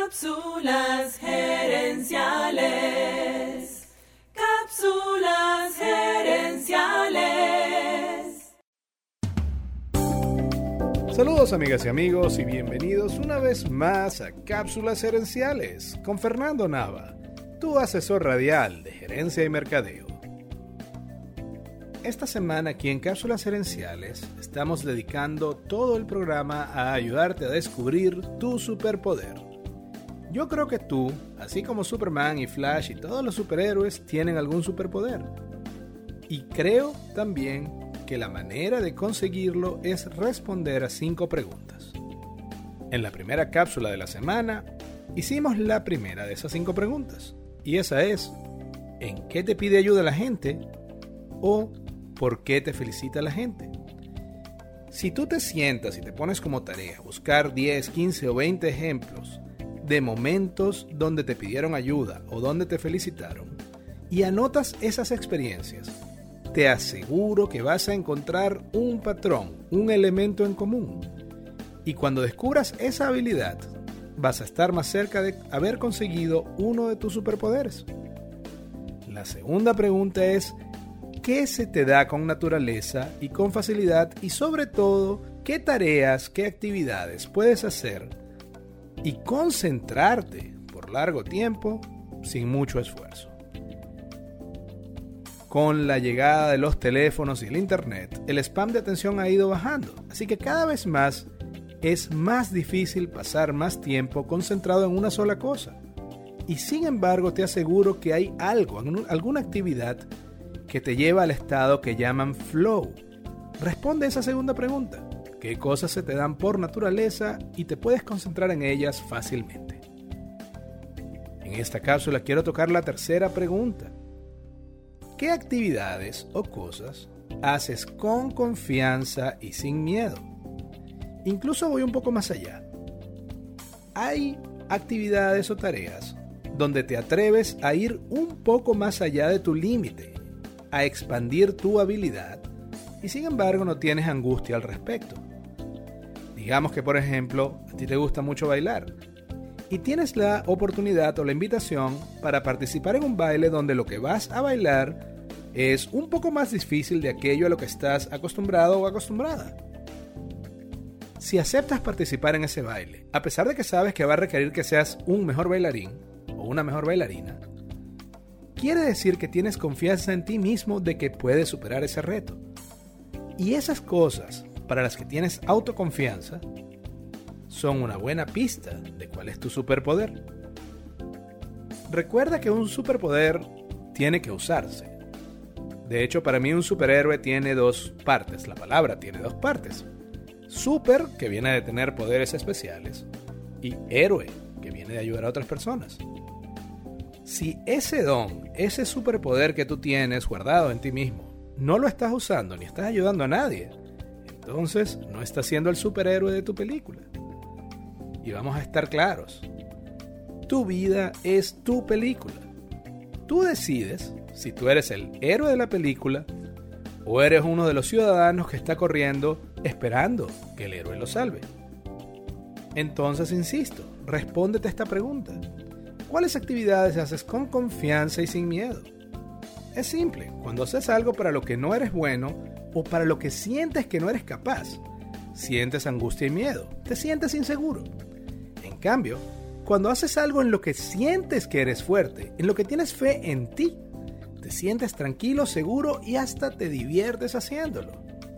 Cápsulas gerenciales. Cápsulas gerenciales. Saludos amigas y amigos y bienvenidos una vez más a Cápsulas Gerenciales con Fernando Nava, tu asesor radial de gerencia y mercadeo. Esta semana aquí en Cápsulas Gerenciales estamos dedicando todo el programa a ayudarte a descubrir tu superpoder. Yo creo que tú, así como Superman y Flash y todos los superhéroes, tienen algún superpoder. Y creo también que la manera de conseguirlo es responder a 5 preguntas. En la primera cápsula de la semana, hicimos la primera de esas 5 preguntas. Y esa es, ¿en qué te pide ayuda la gente? O ¿por qué te felicita la gente? Si tú te sientas y te pones como tarea buscar 10, 15 o 20 ejemplos de momentos donde te pidieron ayuda o donde te felicitaron y anotas esas experiencias, te aseguro que vas a encontrar un patrón, un elemento en común. Y cuando descubras esa habilidad, vas a estar más cerca de haber conseguido uno de tus superpoderes. La segunda pregunta es, ¿qué se te da con naturaleza y con facilidad? Y sobre todo, ¿qué tareas, qué actividades puedes hacer y concentrarte por largo tiempo sin mucho esfuerzo? Con la llegada de los teléfonos y el internet, el spam de atención ha ido bajando, así que cada vez más es más difícil pasar más tiempo concentrado en una sola cosa. Y sin embargo, te aseguro que hay algo, alguna actividad que te lleva al estado que llaman flow. Responde esa segunda pregunta. ¿Qué cosas se te dan por naturaleza y te puedes concentrar en ellas fácilmente? En esta cápsula quiero tocar la tercera pregunta. ¿Qué actividades o cosas haces con confianza y sin miedo? Incluso voy un poco más allá. Hay actividades o tareas donde te atreves a ir un poco más allá de tu límite, a expandir tu habilidad y sin embargo no tienes angustia al respecto. Digamos que por ejemplo a ti te gusta mucho bailar y tienes la oportunidad o la invitación para participar en un baile donde lo que vas a bailar es un poco más difícil de aquello a lo que estás acostumbrado o acostumbrada. Si aceptas participar en ese baile, a pesar de que sabes que va a requerir que seas un mejor bailarín o una mejor bailarina, quiere decir que tienes confianza en ti mismo de que puedes superar ese reto. Y esas cosas para las que tienes autoconfianza son una buena pista de cuál es tu superpoder. Recuerda que un superpoder tiene que usarse. De hecho, para mí un superhéroe tiene 2 partes. La palabra tiene 2 partes. Super, que viene de tener poderes especiales, y héroe, que viene de ayudar a otras personas. Si ese don, ese superpoder que tú tienes guardado en ti mismo, no lo estás usando ni estás ayudando a nadie, entonces no estás siendo el superhéroe de tu película. Y vamos a estar claros, tu vida es tu película. Tú decides si tú eres el héroe de la película o eres uno de los ciudadanos que está corriendo esperando que el héroe lo salve. Entonces, insisto, respóndete esta pregunta. ¿Cuáles actividades haces con confianza y sin miedo? Es simple, cuando haces algo para lo que no eres bueno o para lo que sientes que no eres capaz, sientes angustia y miedo, te sientes inseguro. En cambio, cuando haces algo en lo que sientes que eres fuerte, en lo que tienes fe en ti, te sientes tranquilo, seguro y hasta te diviertes haciéndolo.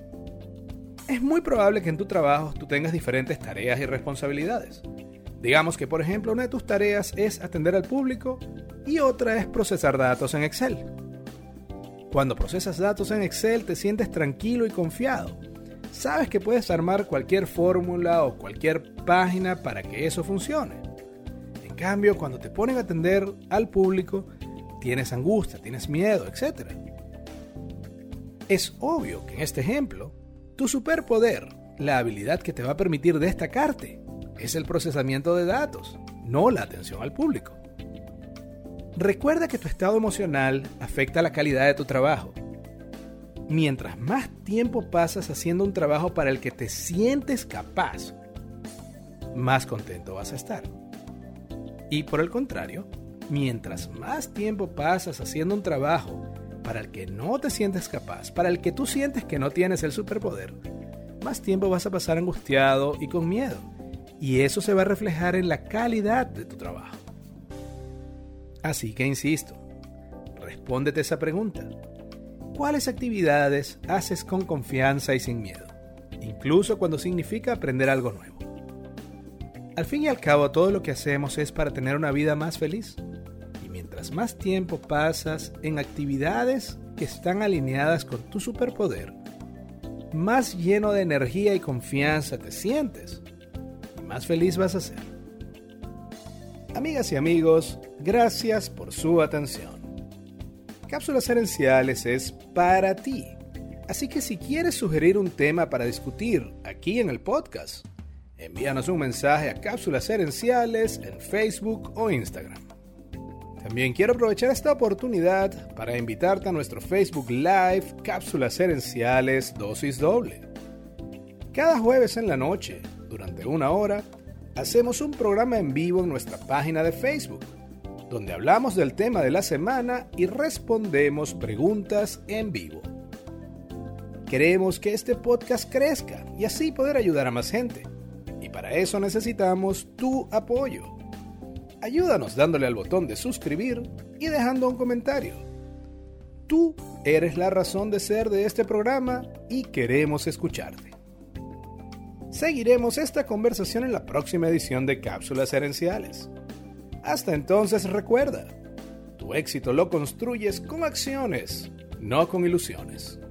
Es muy probable que en tu trabajo tú tengas diferentes tareas y responsabilidades. Digamos que, por ejemplo, una de tus tareas es atender al público y otra es procesar datos en Excel. Cuando procesas datos en Excel te sientes tranquilo y confiado. Sabes que puedes armar cualquier fórmula o cualquier página para que eso funcione. En cambio, cuando te ponen a atender al público, tienes angustia, tienes miedo, etc. Es obvio que en este ejemplo, tu superpoder, la habilidad que te va a permitir destacarte, es el procesamiento de datos, no la atención al público. Recuerda que tu estado emocional afecta la calidad de tu trabajo. Mientras más tiempo pasas haciendo un trabajo para el que te sientes capaz, más contento vas a estar. Y por el contrario, mientras más tiempo pasas haciendo un trabajo para el que no te sientes capaz, para el que tú sientes que no tienes el superpoder, más tiempo vas a pasar angustiado y con miedo. Y eso se va a reflejar en la calidad de tu trabajo. Así que insisto, respóndete esa pregunta. ¿Cuáles actividades haces con confianza y sin miedo? Incluso cuando significa aprender algo nuevo. Al fin y al cabo, todo lo que hacemos es para tener una vida más feliz. Y mientras más tiempo pasas en actividades que están alineadas con tu superpoder, más lleno de energía y confianza te sientes y más feliz vas a ser. Amigas y amigos, gracias por su atención. Cápsulas Herenciales es para ti. Así que si quieres sugerir un tema para discutir aquí en el podcast, envíanos un mensaje a Cápsulas Herenciales en Facebook o Instagram. También quiero aprovechar esta oportunidad para invitarte a nuestro Facebook Live Cápsulas Herenciales Dosis Doble. Cada jueves en la noche, durante 1 hora, hacemos un programa en vivo en nuestra página de Facebook, donde hablamos del tema de la semana y respondemos preguntas en vivo. Queremos que este podcast crezca y así poder ayudar a más gente. Y para eso necesitamos tu apoyo. Ayúdanos dándole al botón de suscribir y dejando un comentario. Tú eres la razón de ser de este programa y queremos escucharte. Seguiremos esta conversación en la próxima edición de Cápsulas Herenciales. Hasta entonces recuerda, tu éxito lo construyes con acciones, no con ilusiones.